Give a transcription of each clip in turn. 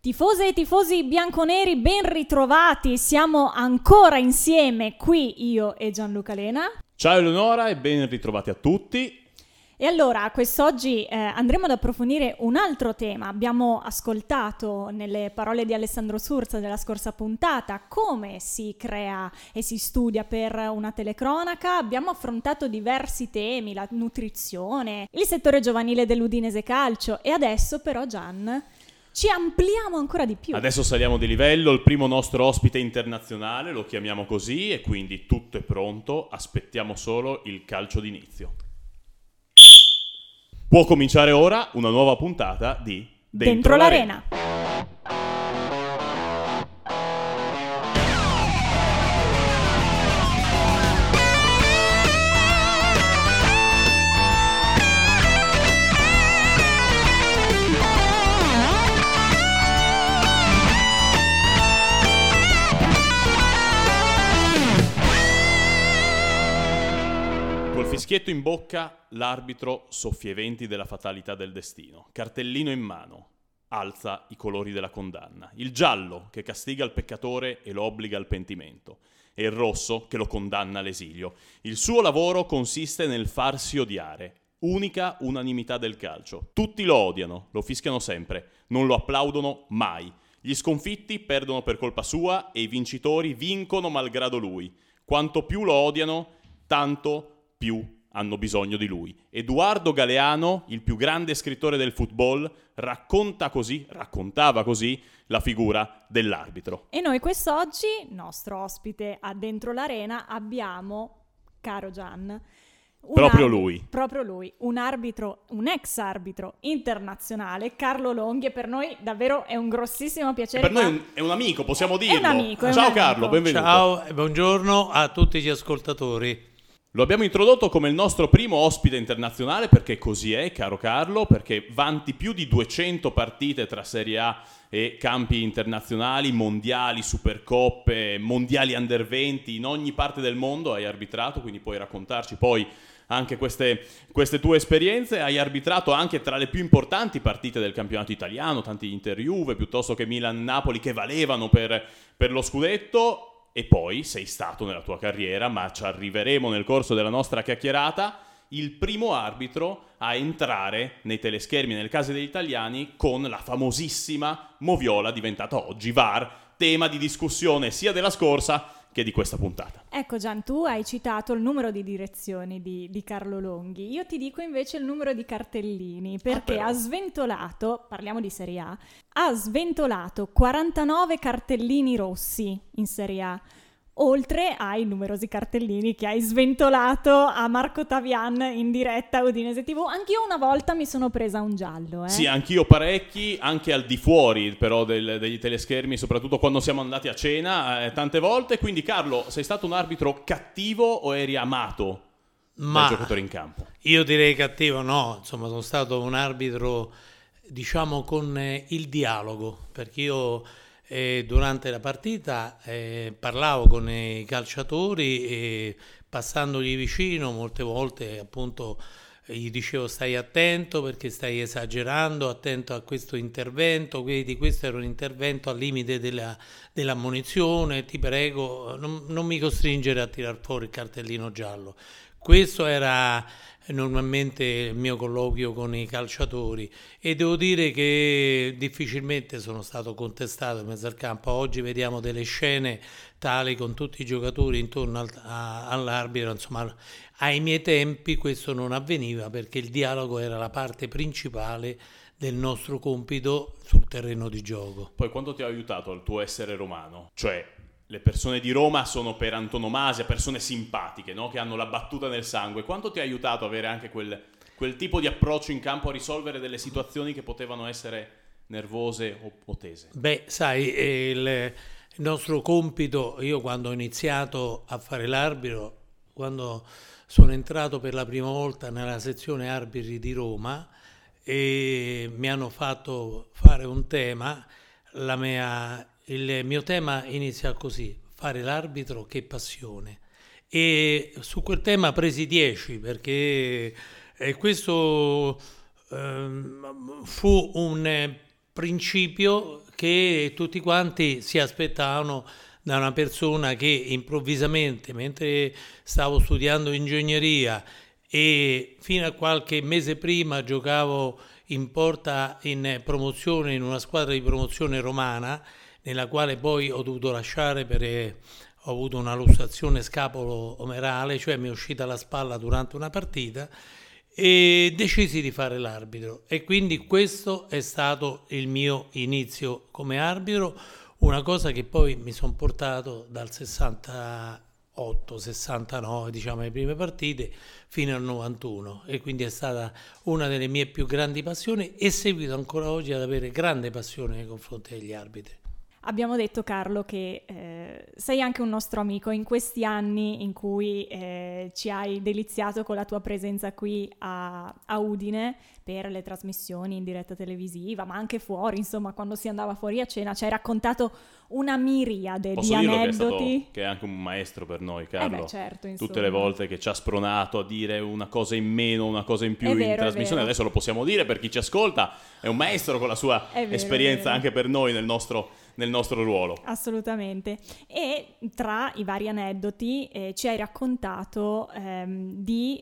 Tifose e tifosi bianconeri, ben ritrovati, siamo ancora insieme qui io e Gianluca Lena. Ciao Eleonora e ben ritrovati a tutti. E allora, quest'oggi andremo ad approfondire un altro tema. Abbiamo ascoltato nelle parole di Alessandro Surza della scorsa puntata come si crea e si studia per una telecronaca. Abbiamo affrontato diversi temi, la nutrizione, il settore giovanile dell'Udinese Calcio e adesso però Gian ci ampliamo ancora di più. Adesso saliamo di livello, il primo nostro ospite internazionale, lo chiamiamo così, e quindi tutto è pronto, aspettiamo solo il calcio d'inizio. Può cominciare ora una nuova puntata di Dentro l'Arena. Fischietto in bocca, l'arbitro soffia i venti della fatalità del destino. Cartellino in mano, alza i colori della condanna. Il giallo che castiga il peccatore e lo obbliga al pentimento. E il rosso che lo condanna all'esilio. Il suo lavoro consiste nel farsi odiare. Unica unanimità del calcio. Tutti lo odiano, lo fischiano sempre, non lo applaudono mai. Gli sconfitti perdono per colpa sua e i vincitori vincono malgrado lui. Quanto più lo odiano, tanto più hanno bisogno di lui. Edoardo Galeano, il più grande scrittore del football, raccontava così la figura dell'arbitro. E noi quest'oggi, nostro ospite a Dentro l'Arena, abbiamo, caro Gian, proprio lui, un arbitro, un ex arbitro internazionale, Carlo Longhi, e per noi davvero è un grossissimo piacere. Per noi è un amico, possiamo dirlo. È un amico. Ciao Carlo, benvenuto. Ciao e buongiorno a tutti gli ascoltatori. Lo abbiamo introdotto come il nostro primo ospite internazionale perché così è, caro Carlo, perché vanti più di 200 partite tra Serie A e campi internazionali, mondiali, supercoppe, mondiali under 20, in ogni parte del mondo hai arbitrato, quindi puoi raccontarci poi anche queste tue esperienze. Hai arbitrato anche tra le più importanti partite del campionato italiano, tanti Inter-Juve, piuttosto che Milan-Napoli, che valevano per lo scudetto. E poi sei stato nella tua carriera, ma ci arriveremo nel corso della nostra chiacchierata, il primo arbitro a entrare nei teleschermi nelle case degli italiani con la famosissima moviola diventata oggi VAR, tema di discussione sia della scorsa che di questa puntata. Ecco Gian, tu hai citato il numero di direzioni di Carlo Longhi, io ti dico invece il numero di cartellini, perché ha sventolato, parliamo di Serie A, ha sventolato 49 cartellini rossi in Serie A, oltre ai numerosi cartellini che hai sventolato a Marco Tavian in diretta a Udinese TV. Anch'io una volta mi sono presa un giallo. Sì, anch'io parecchi, anche al di fuori però degli teleschermi, soprattutto quando siamo andati a cena tante volte. Quindi Carlo, sei stato un arbitro cattivo o eri amato dai giocatori in campo? Io direi cattivo no, insomma sono stato un arbitro diciamo con il dialogo, perché io durante la partita parlavo con i calciatori e passandogli vicino molte volte appunto gli dicevo stai attento perché stai esagerando, attento a questo intervento, vedi questo era un intervento al limite dell'ammonizione, ti prego non mi costringere a tirar fuori il cartellino giallo. Questo era normalmente il mio colloquio con i calciatori e devo dire che difficilmente sono stato contestato in mezzo al campo. Oggi vediamo delle scene tali con tutti i giocatori intorno all'arbitro, insomma ai miei tempi questo non avveniva perché il dialogo era la parte principale del nostro compito sul terreno di gioco. Poi quanto ti ha aiutato il tuo essere romano? Cioè le persone di Roma sono per antonomasia persone simpatiche, no? Che hanno la battuta nel sangue. Quanto ti ha aiutato avere anche quel tipo di approccio in campo a risolvere delle situazioni che potevano essere nervose o tese? Beh, sai, il nostro compito, io quando ho iniziato a fare l'arbitro, quando sono entrato per la prima volta nella sezione arbitri di Roma e mi hanno fatto fare un tema, il mio tema inizia così: fare l'arbitro che passione. E su quel tema presi 10 perché questo fu principio che tutti quanti si aspettavano da una persona che improvvisamente, mentre stavo studiando ingegneria e fino a qualche mese prima giocavo in porta in promozione in una squadra di promozione romana, nella quale poi ho dovuto lasciare perché ho avuto una lussazione scapolo-omerale, cioè mi è uscita la spalla durante una partita, e decisi di fare l'arbitro, e quindi questo è stato il mio inizio come arbitro, una cosa che poi mi sono portato dal 68-69, diciamo, le prime partite fino al 91, e quindi è stata una delle mie più grandi passioni e seguito ancora oggi ad avere grande passione nei confronti degli arbitri. Abbiamo detto, Carlo, che sei anche un nostro amico. In questi anni in cui ci hai deliziato con la tua presenza qui a Udine per le trasmissioni in diretta televisiva, ma anche fuori, insomma, quando si andava fuori a cena, ci hai raccontato una miriade Posso di dirlo aneddoti. che è anche un maestro per noi, Carlo. Beh, certo, insomma. Tutte le volte che ci ha spronato a dire una cosa in meno, una cosa in più È vero, in trasmissione, è vero. adesso lo possiamo dire per chi ci ascolta, è un maestro con la sua È vero, esperienza è vero. anche per noi nel nostro ruolo. Assolutamente. E tra i vari aneddoti ci hai raccontato di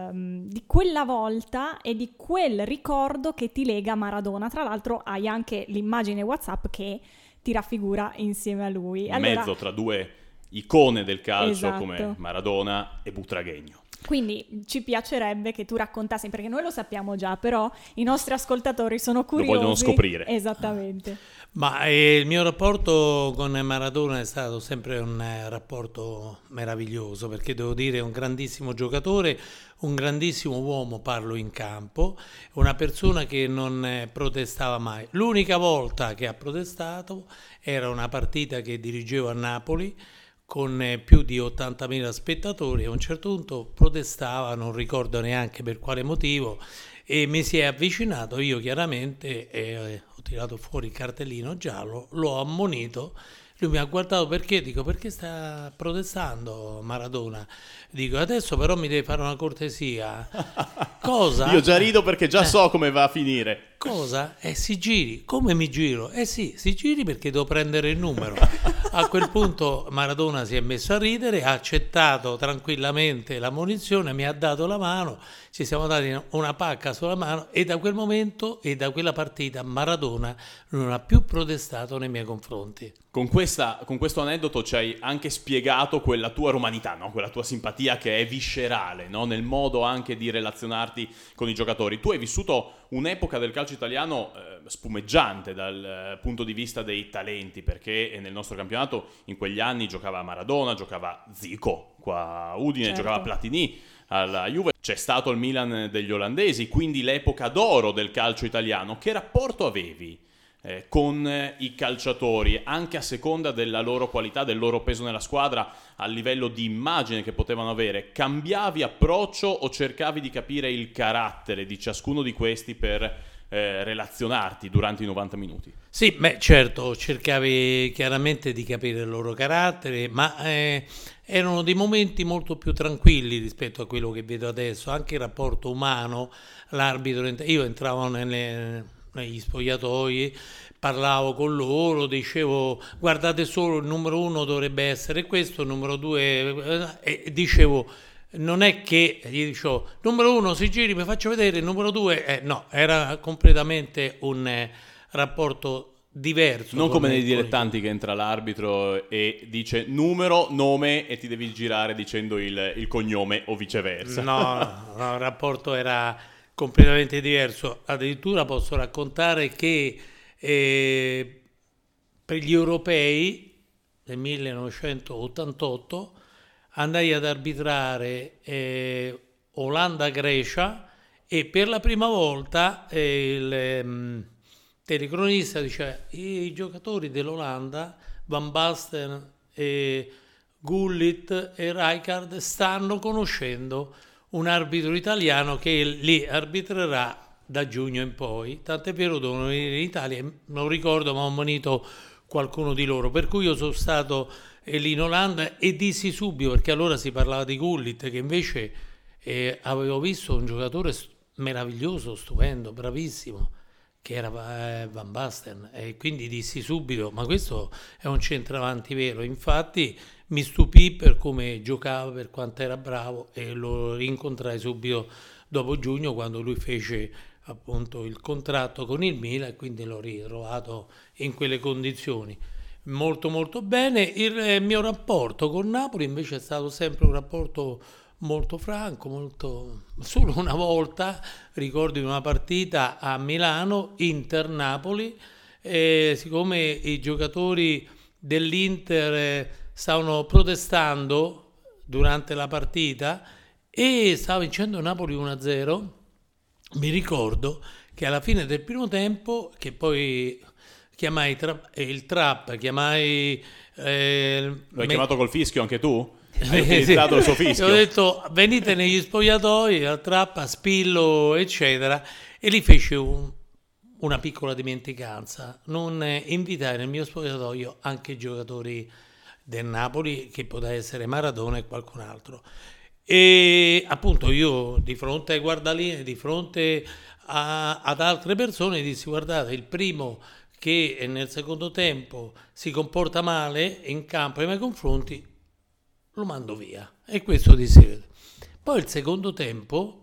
quella volta e di quel ricordo che ti lega a Maradona. Tra l'altro hai anche l'immagine WhatsApp che ti raffigura insieme a lui. In mezzo tra due icone del calcio Esatto. come Maradona e Butragueño. Quindi ci piacerebbe che tu raccontassi, perché noi lo sappiamo già, però i nostri ascoltatori sono curiosi. vogliono scoprire. Esattamente. Ma il mio rapporto con Maradona è stato sempre un rapporto meraviglioso, perché devo dire è un grandissimo giocatore, un grandissimo uomo, parlo in campo, una persona che non protestava mai. L'unica volta che ha protestato era una partita che dirigevo a Napoli con più di 80.000 spettatori, e a un certo punto protestava, non ricordo neanche per quale motivo, e mi si è avvicinato, io chiaramente ho tirato fuori il cartellino giallo, l'ho ammonito, lui mi ha guardato, perché? Dico, perché sta protestando Maradona? Dico, adesso però mi deve fare una cortesia. Cosa? Io già rido perché già so come va a finire. Cosa? Si giri. Come mi giro? Sì, si giri perché devo prendere il numero. A quel punto Maradona si è messo a ridere, ha accettato tranquillamente la munizione, mi ha dato la mano, ci siamo dati una pacca sulla mano, e da quel momento e da quella partita Maradona non ha più protestato nei miei confronti. Con questo aneddoto ci hai anche spiegato quella tua romanità, no? Quella tua simpatia che è viscerale, no? Nel modo anche di relazionarti con i giocatori. Tu hai vissuto un'epoca del calcio italiano spumeggiante dal punto di vista dei talenti, perché nel nostro campionato in quegli anni giocava Maradona, giocava Zico qua a Udine, Certo. giocava Platini alla Juve, c'è stato il Milan degli olandesi, quindi l'epoca d'oro del calcio italiano. Che rapporto avevi con i calciatori, anche a seconda della loro qualità, del loro peso nella squadra, a livello di immagine che potevano avere? Cambiavi approccio o cercavi di capire il carattere di ciascuno di questi per relazionarti durante i 90 minuti? Sì, certo, cercavi chiaramente di capire il loro carattere, ma erano dei momenti molto più tranquilli rispetto a quello che vedo adesso, anche il rapporto umano, l'arbitro, io entravo negli spogliatoi, parlavo con loro, dicevo guardate solo il numero 1 dovrebbe essere questo, il numero 2, e dicevo, non è che gli dicevo numero 1 si giri, mi faccio vedere, il numero 2 no, era completamente un rapporto diverso. Non come nei dilettanti che entra l'arbitro e dice numero, nome, e ti devi girare dicendo il cognome o viceversa. No, il rapporto era completamente diverso. Addirittura posso raccontare che per gli europei del 1988 andai ad arbitrare Olanda-Grecia, e per la prima volta il telecronista diceva i giocatori dell'Olanda, Van Basten, Gullit e Rijkaard, stanno conoscendo un arbitro italiano che li arbitrerà da giugno in poi, tant'è vero devono venire in Italia, non ricordo, ma ho ammonito qualcuno di loro, per cui io sono stato lì in Olanda e dissi subito, perché allora si parlava di Gullit, che invece avevo visto un giocatore meraviglioso, stupendo, bravissimo, che era Van Basten, e quindi dissi subito, ma questo è un centravanti vero. Infatti mi stupì per come giocava, per quanto era bravo, e lo rincontrai subito dopo giugno, quando lui fece appunto il contratto con il Milan, e quindi l'ho ritrovato in quelle condizioni. Molto molto bene. Il mio rapporto con Napoli invece è stato sempre un rapporto molto franco, solo una volta ricordo in una partita a Milano, Inter-Napoli, siccome i giocatori dell'Inter stavano protestando durante la partita e stava vincendo Napoli 1-0, mi ricordo che alla fine del primo tempo, che poi chiamai il trap, chiamai... Lo hai chiamato col fischio anche tu? Hai utilizzato il suo fischio? Ho detto venite negli spogliatoi, al trap, a Spillo, eccetera, e lì fece una piccola dimenticanza: non invitare nel mio spogliatoio anche i giocatori del Napoli, che poteva essere Maradona e qualcun altro. E appunto io, di fronte ai guardaline, di fronte ad altre persone, dissi: guardate, il primo che nel secondo tempo si comporta male in campo nei miei confronti lo mando via. E questo dissi. Poi il secondo tempo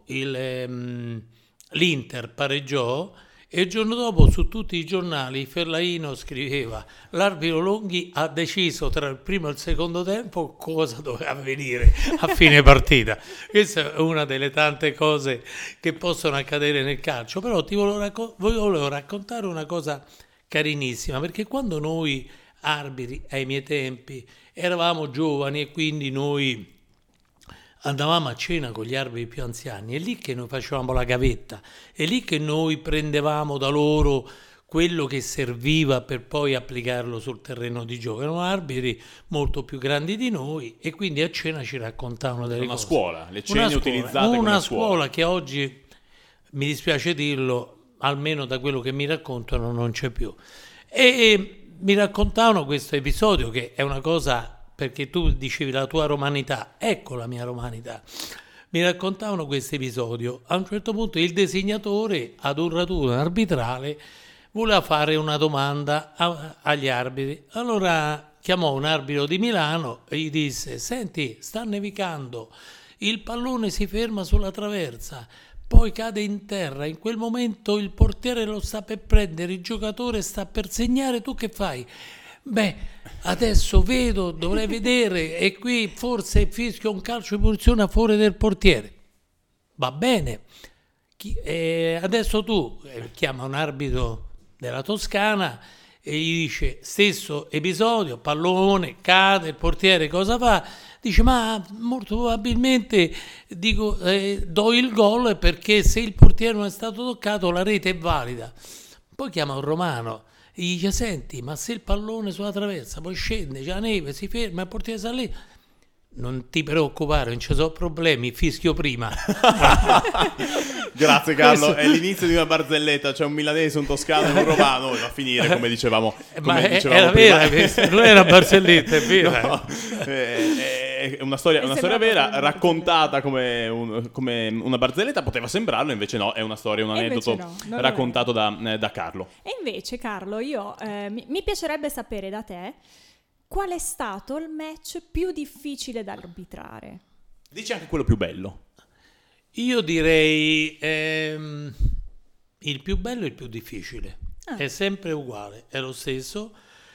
l'Inter pareggiò, e il giorno dopo su tutti i giornali Fellaino scriveva: l'arbitro Longhi ha deciso tra il primo e il secondo tempo cosa doveva avvenire a fine partita. Questa è una delle tante cose che possono accadere nel calcio. Però ti volevo raccontare una cosa carinissima, perché quando noi arbitri, ai miei tempi, eravamo giovani e quindi noi andavamo a cena con gli arbitri più anziani, è lì che noi facevamo la gavetta, è lì che noi prendevamo da loro quello che serviva per poi applicarlo sul terreno di gioco. Erano arbitri molto più grandi di noi, e quindi a cena ci raccontavano delle cose. Una scuola, le cene utilizzate come una scuola. Scuola che oggi, mi dispiace dirlo, almeno da quello che mi raccontano, non c'è più. E mi raccontavano questo episodio, che è una cosa, perché tu dicevi la tua romanità, ecco la mia romanità. Mi raccontavano questo episodio: a un certo punto il designatore ad un raduno arbitrale voleva fare una domanda agli arbitri. Allora chiamò un arbitro di Milano e gli disse: senti, sta nevicando, il pallone si ferma sulla traversa, poi cade in terra, in quel momento il portiere lo sta per prendere, il giocatore sta per segnare, tu che fai? Beh, adesso vedo, dovrei vedere, e qui forse fischio un calcio di punizione a favore del portiere. Va bene, adesso tu chiama un arbitro della Toscana e gli dice: stesso episodio, pallone, cade, il portiere cosa fa? Dice: ma molto probabilmente do il gol, perché se il portiere non è stato toccato la rete è valida. Poi chiama un romano e gli dice: senti, ma se il pallone sulla traversa poi scende, c'è la neve, si ferma, il portiere sta lì, non ti preoccupare, non ci sono problemi, fischio prima. Grazie Carlo, è l'inizio di una barzelletta, c'è un milanese, un toscano e un romano, va a finire come dicevamo, era vera questa, non era barzelletta, è vera. No, è una storia vera, raccontata come una barzelletta, poteva sembrarlo, invece no, è una storia, un aneddoto raccontato da Carlo. E invece Carlo, mi piacerebbe sapere da te qual è stato il match più difficile da arbitrare. Dici anche quello più bello. Io direi il più bello e il più difficile. È sempre uguale, è lo stesso.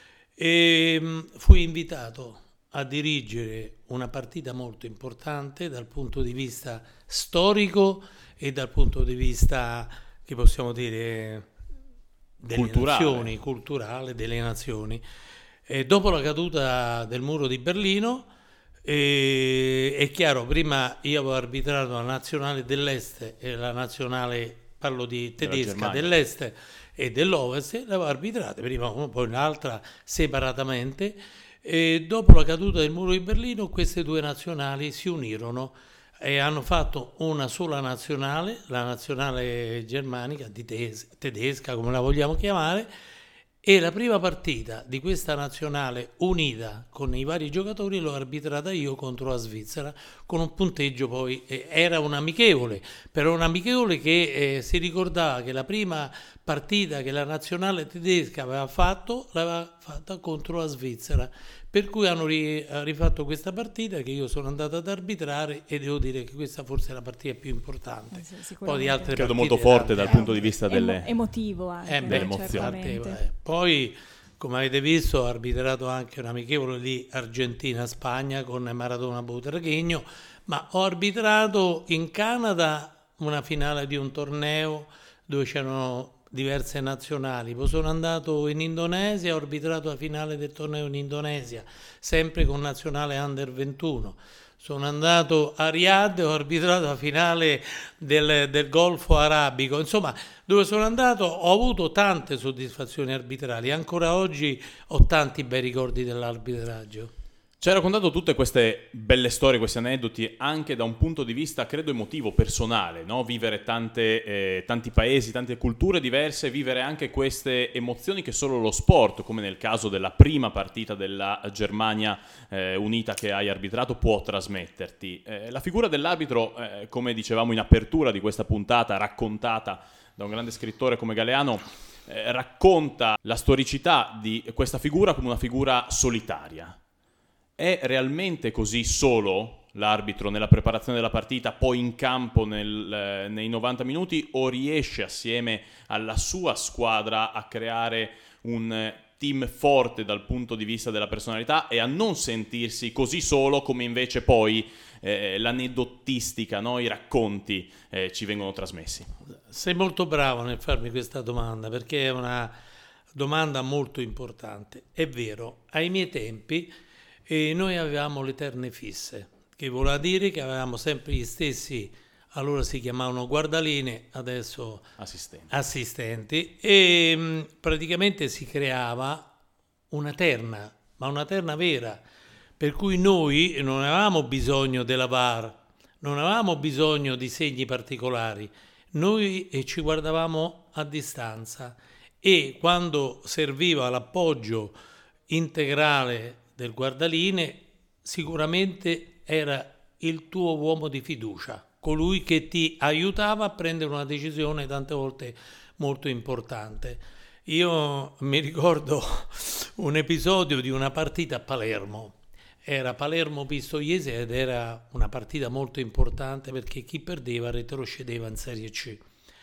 Fui invitato a dirigere una partita molto importante dal punto di vista storico e dal punto di vista, che possiamo dire, delle nazioni, culturale delle nazioni. Dopo la caduta del muro di Berlino, è chiaro, prima io avevo arbitrato la nazionale dell'est e la nazionale, parlo di tedesca, dell'est e dell'ovest, le avevo arbitrate prima una, poi l'altra separatamente, e dopo la caduta del muro di Berlino queste due nazionali si unirono e hanno fatto una sola nazionale, la nazionale germanica, tedesca come la vogliamo chiamare. E la prima partita di questa nazionale unita con i vari giocatori l'ho arbitrata io contro la Svizzera, con un punteggio poi, era un amichevole, però un amichevole che si ricordava che la prima partita che la nazionale tedesca aveva fatto, l'aveva fatta contro la Svizzera, per cui hanno rifatto questa partita che io sono andato ad arbitrare e devo dire che questa forse è la partita più importante. Sì, poi di altre credo partite molto forte dal punto di vista delle emotivo anche, delle emozioni. Poi, come avete visto, ho arbitrato anche un amichevole di Argentina-Spagna con Maradona Butragueño, ma ho arbitrato in Canada una finale di un torneo dove c'erano diverse nazionali. Poi sono andato in Indonesia, ho arbitrato la finale del torneo in Indonesia, sempre con nazionale Under 21. Sono andato a Riyadh e ho arbitrato la finale del Golfo Arabico. Insomma, dove sono andato ho avuto tante soddisfazioni arbitrali. Ancora oggi ho tanti bei ricordi dell'arbitraggio. Ci hai raccontato tutte queste belle storie, questi aneddoti, anche da un punto di vista, credo, emotivo, personale, no? Vivere tanti paesi, tante culture diverse, vivere anche queste emozioni che solo lo sport, come nel caso della prima partita della Germania unita che hai arbitrato, può trasmetterti. La figura dell'arbitro, come dicevamo in apertura di questa puntata, raccontata da un grande scrittore come Galeano, racconta la storicità di questa figura come una figura solitaria. È realmente così solo l'arbitro nella preparazione della partita, poi in campo nei 90 minuti, o riesce assieme alla sua squadra a creare un team forte dal punto di vista della personalità e a non sentirsi così solo come invece poi l'aneddotistica, no? I racconti ci vengono trasmessi? Sei molto bravo nel farmi questa domanda, perché è una domanda molto importante. È vero, ai miei tempi noi avevamo le terne fisse, che voleva dire che avevamo sempre gli stessi, allora si chiamavano guardaline, adesso assistenti, e praticamente si creava una terna, ma una terna vera, per cui noi non avevamo bisogno della VAR, non avevamo bisogno di segni particolari, noi ci guardavamo a distanza e quando serviva l'appoggio integrale del guardaline, sicuramente era il tuo uomo di fiducia, colui che ti aiutava a prendere una decisione tante volte molto importante. Io mi ricordo un episodio di una partita a Palermo, era Palermo-Pistoiese ed era una partita molto importante perché chi perdeva retrocedeva in Serie C.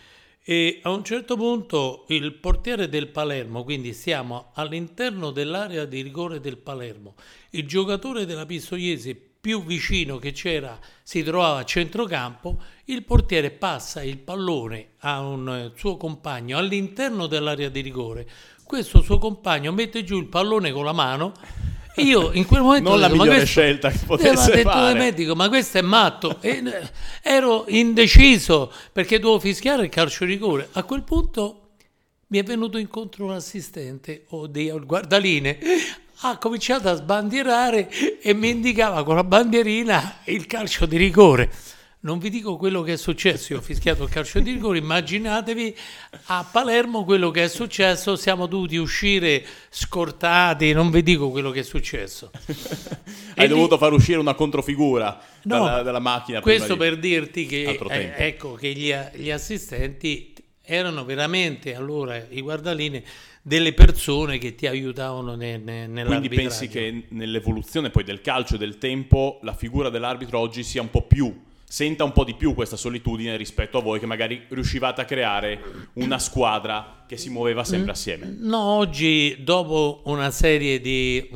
E a un certo punto il portiere del Palermo, quindi siamo all'interno dell'area di rigore del Palermo, il giocatore della Pistoiese più vicino che c'era si trovava a centrocampo, il portiere passa il pallone a un suo compagno all'interno dell'area di rigore, questo suo compagno mette giù il pallone con la mano. Io in quel momento non la migliore scelta che potesse fare. Medico, ma questo è matto. E ero indeciso perché dovevo fischiare il calcio di rigore. A quel punto mi è venuto incontro un assistente o dei guardaline, ha cominciato a sbandierare e mi indicava con la bandierina il calcio di rigore. Non vi dico quello che è successo, io ho fischiato il calcio di rigore, immaginatevi a Palermo quello che è successo, siamo dovuti uscire scortati, non vi dico quello che è successo. Hai dovuto far uscire una controfigura dalla macchina. Questo per dirti che, ecco, che gli assistenti erano veramente, allora, i guardaline, delle persone che ti aiutavano nell'arbitraggio. Quindi pensi che nell'evoluzione poi del calcio e del tempo la figura dell'arbitro oggi sia un po' più, senta un po' di più questa solitudine rispetto a voi che magari riuscivate a creare una squadra che si muoveva sempre assieme? No, oggi dopo una serie di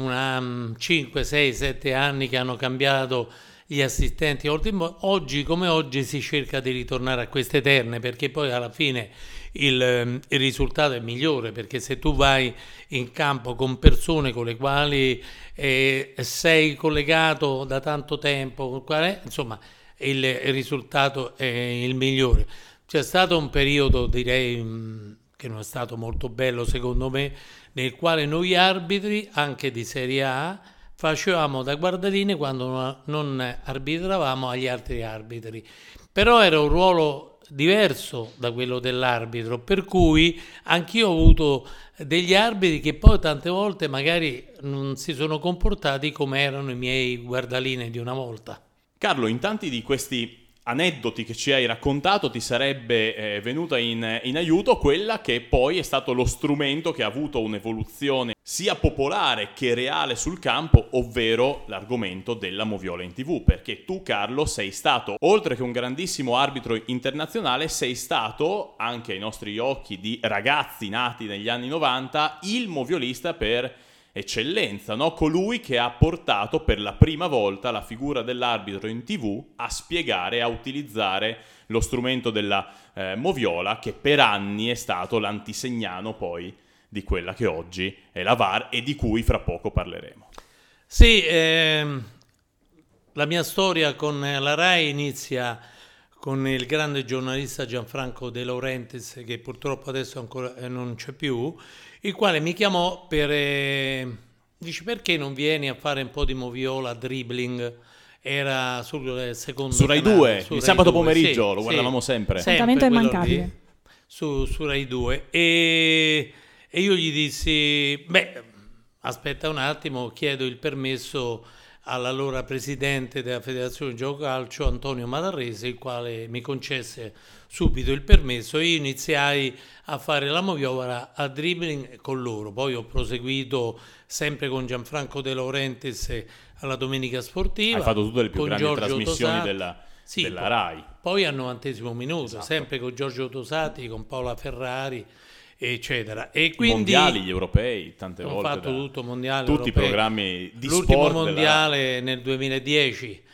5, 6, 7 anni che hanno cambiato gli assistenti, oggi come oggi si cerca di ritornare a queste terne, perché poi alla fine il risultato è migliore, perché se tu vai in campo con persone con le quali sei collegato da tanto tempo, insomma il risultato è il migliore. C'è stato un periodo, direi, che non è stato molto bello secondo me, nel quale noi arbitri, anche di Serie A, facevamo da guardaline quando non arbitravamo agli altri arbitri. Però era un ruolo diverso da quello dell'arbitro, per cui anch'io ho avuto degli arbitri che poi tante volte magari non si sono comportati come erano i miei guardaline di una volta. Carlo, in tanti di questi aneddoti che ci hai raccontato ti sarebbe venuta in aiuto quella che poi è stato lo strumento che ha avuto un'evoluzione sia popolare che reale sul campo, ovvero l'argomento della moviola in TV, perché tu, Carlo, sei stato, oltre che un grandissimo arbitro internazionale, sei stato, anche ai nostri occhi di ragazzi nati negli anni 90, il moviolista per eccellenza, no? Colui che ha portato per la prima volta la figura dell'arbitro in TV a spiegare, a utilizzare lo strumento della moviola, che per anni è stato l'antisegnano poi di quella che oggi è la VAR e di cui fra poco parleremo. Sì, la mia storia con la RAI inizia con il grande giornalista Gianfranco De Laurentiis, che purtroppo adesso ancora non c'è più, il quale mi chiamò dice: perché non vieni a fare un po' di moviola, dribbling? Era sul secondo su Rai canale, 2, su il Rai sabato 2, pomeriggio, sì, lo guardavamo sempre. Appuntamento quello immancabile. lì, su Rai 2. E io gli dissi: aspetta un attimo, chiedo il permesso all'allora presidente della Federazione Gioco Calcio, Antonio Madarrese, il quale mi concesse subito il permesso, e io iniziai a fare la moviola a dribbling con loro. Poi ho proseguito sempre con Gianfranco De Laurentiis alla Domenica Sportiva. Hai fatto tutte le più con grandi Giorgio trasmissioni Tosatti. della RAI. Poi al 90° minuto, Esatto. sempre con Giorgio Tosatti, con Paola Ferrari, eccetera. E quindi Mondiali, gli europei, tante ho volte. fatto tutto, mondiale, tutti europei. I programmi di L'ultimo sport mondiale nel 2010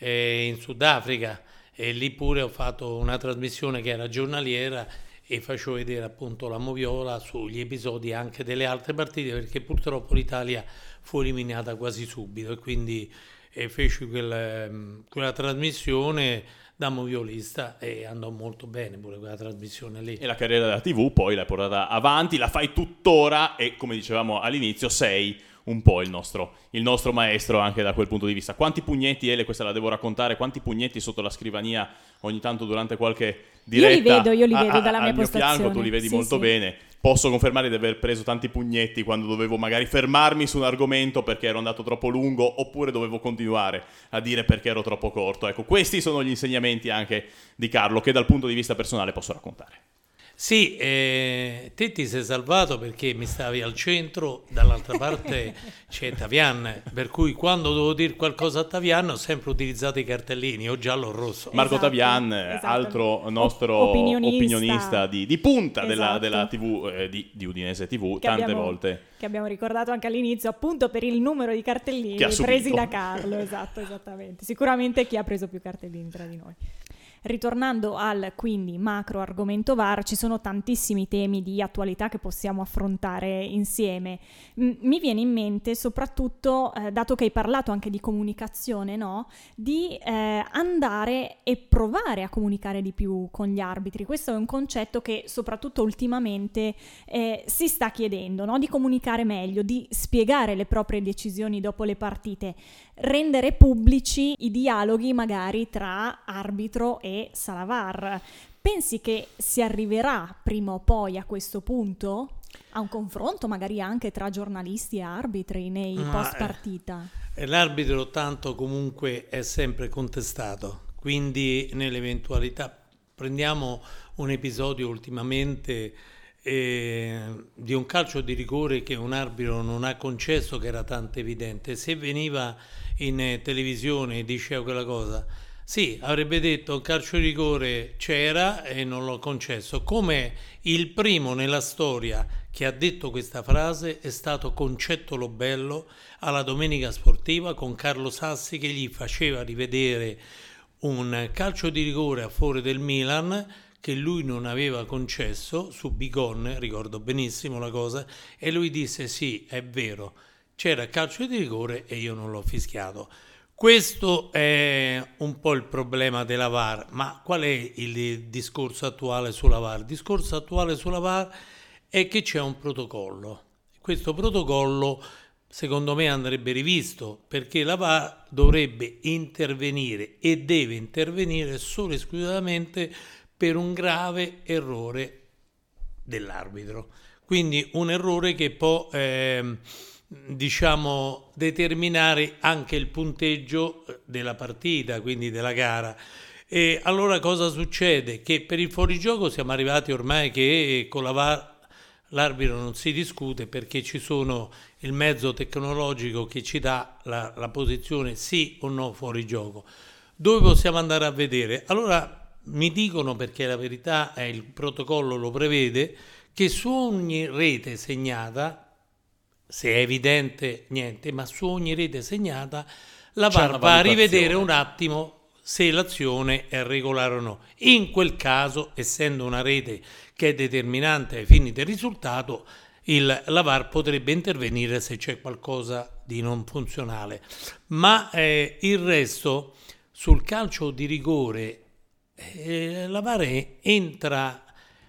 in Sudafrica, e lì pure ho fatto una trasmissione che era giornaliera e facevo vedere appunto la moviola sugli episodi anche delle altre partite, perché purtroppo l'Italia fu eliminata quasi subito, e quindi feci quella trasmissione da moviolista, e andò molto bene pure quella trasmissione lì. E la carriera della TV poi l'hai portata avanti, la fai tuttora e, come dicevamo all'inizio, sei un po' il nostro maestro anche da quel punto di vista. Quanti pugnetti, Ele, questa la devo raccontare, quanti pugnetti sotto la scrivania ogni tanto durante qualche diretta? Io li vedo dalla mia al mio postazione. fianco, tu li vedi Sì, molto sì. bene. Posso confermare di aver preso tanti pugnetti quando dovevo magari fermarmi su un argomento perché ero andato troppo lungo, oppure dovevo continuare a dire perché ero troppo corto. Ecco, questi sono gli insegnamenti anche di Carlo, che dal punto di vista personale posso raccontare. Sì, te ti sei salvato perché mi stavi al centro, dall'altra parte c'è Tavian, per cui quando devo dire qualcosa a Tavian ho sempre utilizzato i cartellini, o giallo o rosso. Marco Esatto, Tavian, esatto. altro nostro opinionista di punta Esatto. della TV, di Udinese TV, Che tante volte. Che abbiamo ricordato anche all'inizio, appunto per il numero di cartellini Che ha subito. presi da Carlo. Esatto, esattamente. Sicuramente chi ha preso più cartellini tra di noi. Ritornando al quindi macro argomento VAR, ci sono tantissimi temi di attualità che possiamo affrontare insieme. Mi viene in mente soprattutto, dato che hai parlato anche di comunicazione, no? Di andare e provare a comunicare di più con gli arbitri. Questo è un concetto che soprattutto ultimamente si sta chiedendo, no? Di comunicare meglio, di spiegare le proprie decisioni dopo le partite, rendere pubblici i dialoghi magari tra arbitro e sala VAR. Pensi che si arriverà prima o poi a questo punto? A un confronto magari anche tra giornalisti e arbitri nei post partita? L'arbitro tanto comunque è sempre contestato, quindi nell'eventualità, prendiamo un episodio ultimamente di un calcio di rigore che un arbitro non ha concesso, che era tanto evidente. Se veniva in televisione e diceva quella cosa, sì, avrebbe detto: un calcio di rigore c'era e non l'ho concesso. Come il primo nella storia che ha detto questa frase è stato Concetto Lobello alla Domenica Sportiva, con Carlo Sassi che gli faceva rivedere un calcio di rigore a favore del Milan che lui non aveva concesso su Bigon, ricordo benissimo la cosa, e lui disse: sì, è vero, c'era calcio di rigore e io non l'ho fischiato. Questo è un po' il problema della VAR. Ma qual è il discorso attuale sulla VAR? Il discorso attuale sulla VAR è che c'è un protocollo. Questo protocollo secondo me andrebbe rivisto, perché la VAR dovrebbe intervenire e deve intervenire solo e esclusivamente per un grave errore dell'arbitro. Quindi un errore che può determinare anche il punteggio della partita, quindi della gara. E allora cosa succede? Che per il fuorigioco siamo arrivati ormai che con la VAR l'arbitro non si discute, perché ci sono il mezzo tecnologico che ci dà la posizione sì o no fuorigioco. Dove possiamo andare a vedere? Allora mi dicono, perché la verità è il protocollo lo prevede, che su ogni rete segnata, se è evidente niente, ma su ogni rete segnata la VAR va a rivedere un attimo se l'azione è regolare o no. In quel caso, essendo una rete che è determinante ai fini del risultato, la VAR potrebbe intervenire se c'è qualcosa di non funzionale. Ma il resto, sul calcio di rigore, la VAR entra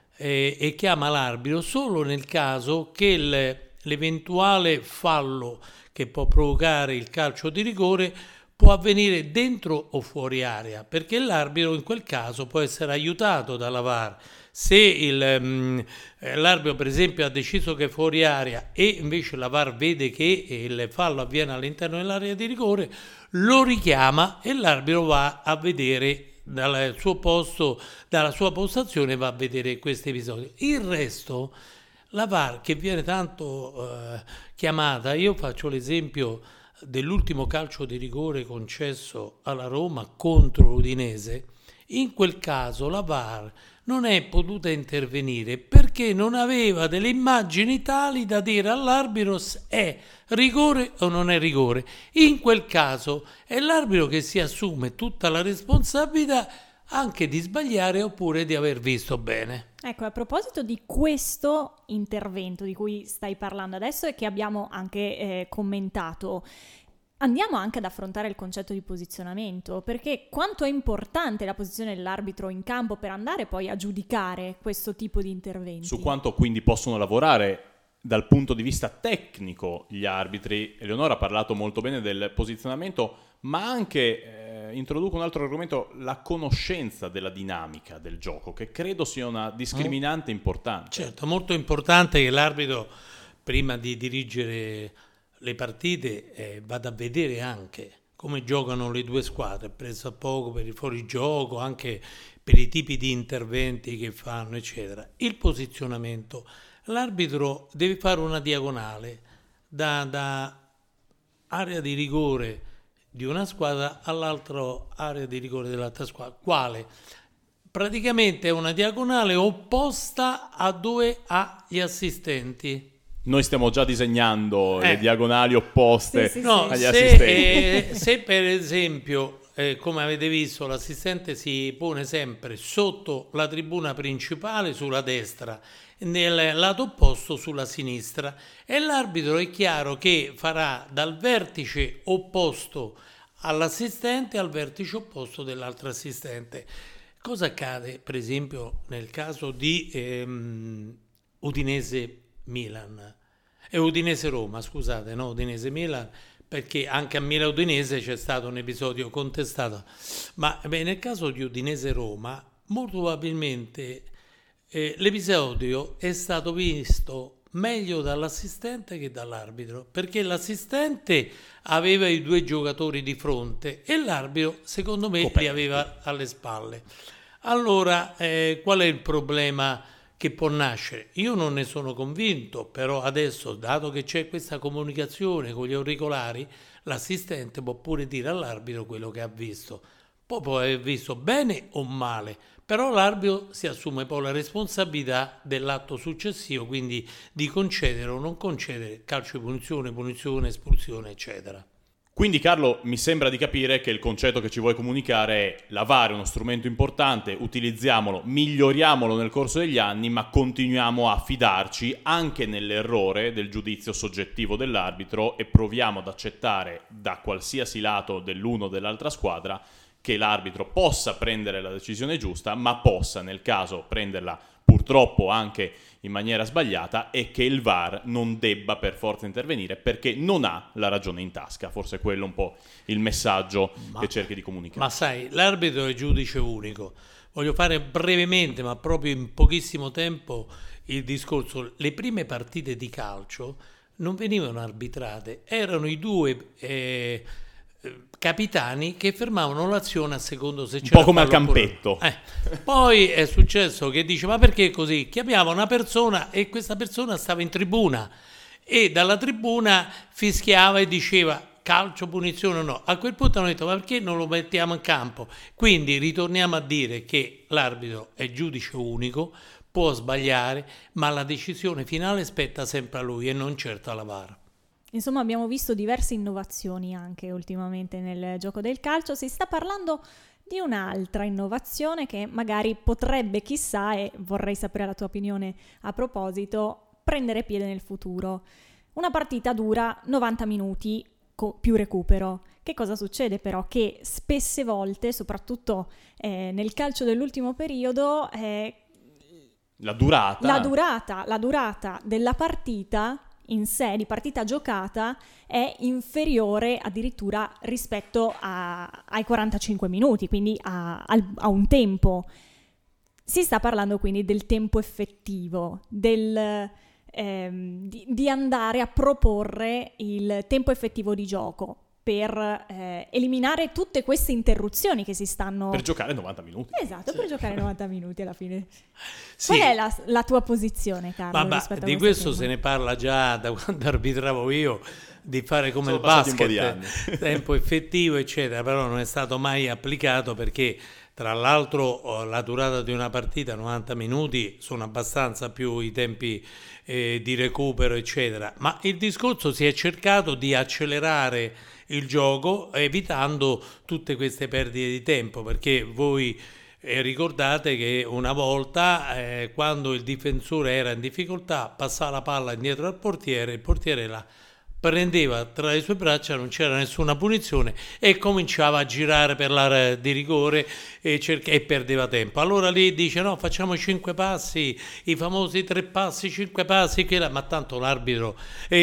e chiama l'arbitro solo nel caso che l'eventuale fallo che può provocare il calcio di rigore può avvenire dentro o fuori area, perché l'arbitro in quel caso può essere aiutato dalla VAR. Se l'arbitro per esempio ha deciso che è fuori area e invece la VAR vede che il fallo avviene all'interno dell'area di rigore, lo richiama e l'arbitro va a vedere dal suo posto, dalla sua postazione, va a vedere questo episodio. Il resto, la VAR che viene tanto chiamata, io faccio l'esempio dell'ultimo calcio di rigore concesso alla Roma contro l'Udinese. In quel caso la VAR non è potuta intervenire perché non aveva delle immagini tali da dire all'arbitro se è rigore o non è rigore. In quel caso è l'arbitro che si assume tutta la responsabilità anche di sbagliare oppure di aver visto bene. Ecco, a proposito di questo intervento di cui stai parlando adesso e che abbiamo anche commentato, andiamo anche ad affrontare il concetto di posizionamento, perché quanto è importante la posizione dell'arbitro in campo per andare poi a giudicare questo tipo di interventi. Su quanto quindi possono lavorare dal punto di vista tecnico gli arbitri. Eleonora ha parlato molto bene del posizionamento, ma anche, introduco un altro argomento, la conoscenza della dinamica del gioco, che credo sia una discriminante importante. Certo, molto importante che l'arbitro, prima di dirigere le partite, vada a vedere anche come giocano le due squadre, preso a poco per il fuorigioco, anche per i tipi di interventi che fanno, eccetera. Il posizionamento. L'arbitro deve fare una diagonale da area di rigore di una squadra all'altra area di rigore dell'altra squadra. Quale? Praticamente è una diagonale opposta a dove ha gli assistenti. Noi stiamo già disegnando le diagonali opposte agli assistenti. Se per esempio, come avete visto, l'assistente si pone sempre sotto la tribuna principale sulla destra, nel lato opposto sulla sinistra, e l'arbitro è chiaro che farà dal vertice opposto all'assistente al vertice opposto dell'altro assistente. Cosa accade per esempio nel caso di Udinese-Milan? Udinese-Roma, scusate, no? Udinese-Milan, perché anche a Milan-Udinese c'è stato un episodio contestato, ma nel caso di Udinese-Roma molto probabilmente l'episodio è stato visto meglio dall'assistente che dall'arbitro, perché l'assistente aveva i due giocatori di fronte e l'arbitro secondo me li aveva alle spalle. Allora qual è il problema che può nascere? Io non ne sono convinto, però adesso, dato che c'è questa comunicazione con gli auricolari, l'assistente può pure dire all'arbitro quello che ha visto. Poi può aver visto bene o male, però l'arbitro si assume poi la responsabilità dell'atto successivo, quindi di concedere o non concedere calcio di punizione, espulsione, eccetera. Quindi Carlo, mi sembra di capire che il concetto che ci vuoi comunicare è: la VAR è uno strumento importante, utilizziamolo, miglioriamolo nel corso degli anni, ma continuiamo a fidarci anche nell'errore del giudizio soggettivo dell'arbitro e proviamo ad accettare da qualsiasi lato dell'uno o dell'altra squadra che l'arbitro possa prendere la decisione giusta, ma possa nel caso prenderla purtroppo anche in maniera sbagliata, e che il VAR non debba per forza intervenire perché non ha la ragione in tasca. Forse è quello un po' il messaggio che cerchi di comunicare. Ma sai, l'arbitro è giudice unico. Voglio fare brevemente, ma proprio in pochissimo tempo, il discorso. Le prime partite di calcio non venivano arbitrate, erano i due capitani che fermavano l'azione a secondo se Un c'era po' come al fallo oppure campetto. no. Poi è successo che dice: ma perché così? Chiamiamo una persona e questa persona stava in tribuna e dalla tribuna fischiava e diceva calcio, punizione o no. A quel punto hanno detto: ma perché non lo mettiamo in campo? Quindi ritorniamo a dire che l'arbitro è giudice unico, può sbagliare, ma la decisione finale spetta sempre a lui e non certo alla VAR. Insomma, abbiamo visto diverse innovazioni anche ultimamente nel gioco del calcio. Si sta parlando di un'altra innovazione che magari potrebbe, chissà, e vorrei sapere la tua opinione a proposito, prendere piede nel futuro. Una partita dura 90 minuti più recupero. Che cosa succede però? Che spesse volte, soprattutto nel calcio dell'ultimo periodo, La durata della partita in sé, di partita giocata, è inferiore addirittura rispetto ai 45 minuti, quindi a un tempo. Si sta parlando quindi del tempo effettivo, di andare a proporre il tempo effettivo di gioco per eliminare tutte queste interruzioni che si stanno... Per giocare 90 minuti. Esatto, per giocare 90 minuti alla fine. Sì. Qual è la tua posizione, Carlo? Ma rispetto a di questo tema? se ne parla già da quando arbitravo io, di fare come Sono il passati un po' di basket, anni. tempo effettivo eccetera, però non è stato mai applicato perché tra l'altro la durata di una partita, 90 minuti, sono abbastanza più i tempi di recupero eccetera, ma il discorso si è cercato di accelerare il gioco evitando tutte queste perdite di tempo, perché voi ricordate che una volta quando il difensore era in difficoltà passava la palla indietro al portiere, il portiere la prendeva tra le sue braccia, non c'era nessuna punizione e cominciava a girare per l'area di rigore e perdeva tempo. Allora lì dice no, facciamo 5 passi, i famosi 3 passi, 5 passi, ma tanto l'arbitro e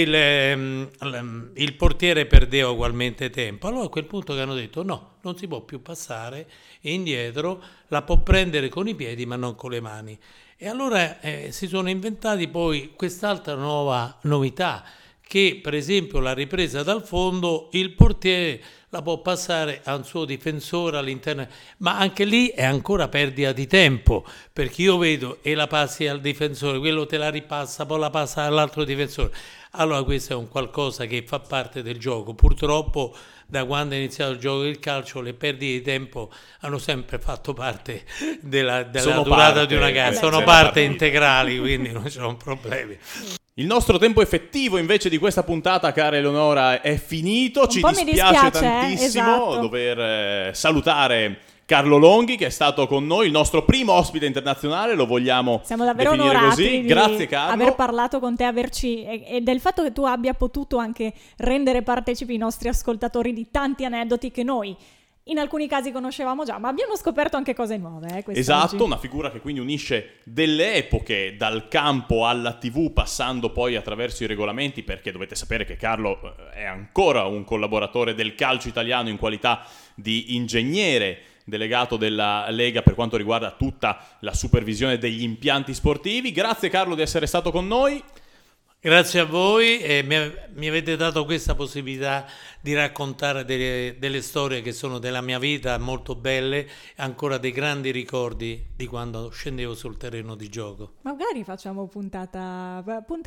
il portiere perdeva ugualmente tempo. Allora a quel punto che hanno detto no, non si può più passare indietro, la può prendere con i piedi ma non con le mani. E allora si sono inventati poi quest'altra nuova novità, che per esempio la ripresa dal fondo il portiere la può passare a un suo difensore all'interno, ma anche lì è ancora perdita di tempo, perché io vedo e la passi al difensore, quello te la ripassa, poi la passa all'altro difensore. Allora questo è un qualcosa che fa parte del gioco. Purtroppo da quando è iniziato il gioco del calcio le perdite di tempo hanno sempre fatto parte della durata di una gara, sono parte integrali, quindi non ci sono problemi. Il nostro tempo effettivo invece di questa puntata, cara Eleonora, è finito. Un Ci po' mi dispiace dispiace, tantissimo esatto. dover salutare Carlo Longhi, che è stato con noi, il nostro primo ospite internazionale, lo vogliamo Siamo davvero definire onorati così. di Grazie Carlo. aver parlato con te, e del fatto che tu abbia potuto anche rendere partecipi i nostri ascoltatori di tanti aneddoti che noi in alcuni casi conoscevamo già, ma abbiamo scoperto anche cose nuove. Esatto, oggi. una figura che quindi unisce delle epoche dal campo alla TV, passando poi attraverso i regolamenti, perché dovete sapere che Carlo è ancora un collaboratore del calcio italiano in qualità di ingegnere delegato della Lega per quanto riguarda tutta la supervisione degli impianti sportivi. Grazie Carlo di essere stato con noi. Grazie a voi e mi avete dato questa possibilità di raccontare delle storie che sono della mia vita, molto belle, ancora dei grandi ricordi di quando scendevo sul terreno di gioco. Magari facciamo puntata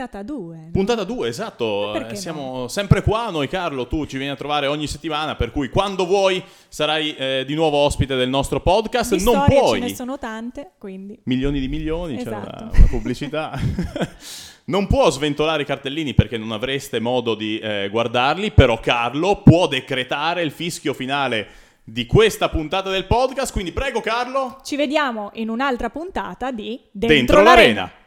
2. No? Puntata 2, esatto. Siamo sempre qua noi, Carlo, tu ci vieni a trovare ogni settimana, per cui quando vuoi sarai di nuovo ospite del nostro podcast. Di non storie puoi. ce ne sono tante, quindi Milioni di milioni, esatto. c'è una pubblicità. Non può sventolare i cartellini perché non avreste modo di guardarli, però Carlo può decretare il fischio finale di questa puntata del podcast, quindi prego Carlo. Ci vediamo in un'altra puntata di Dentro l'Arena.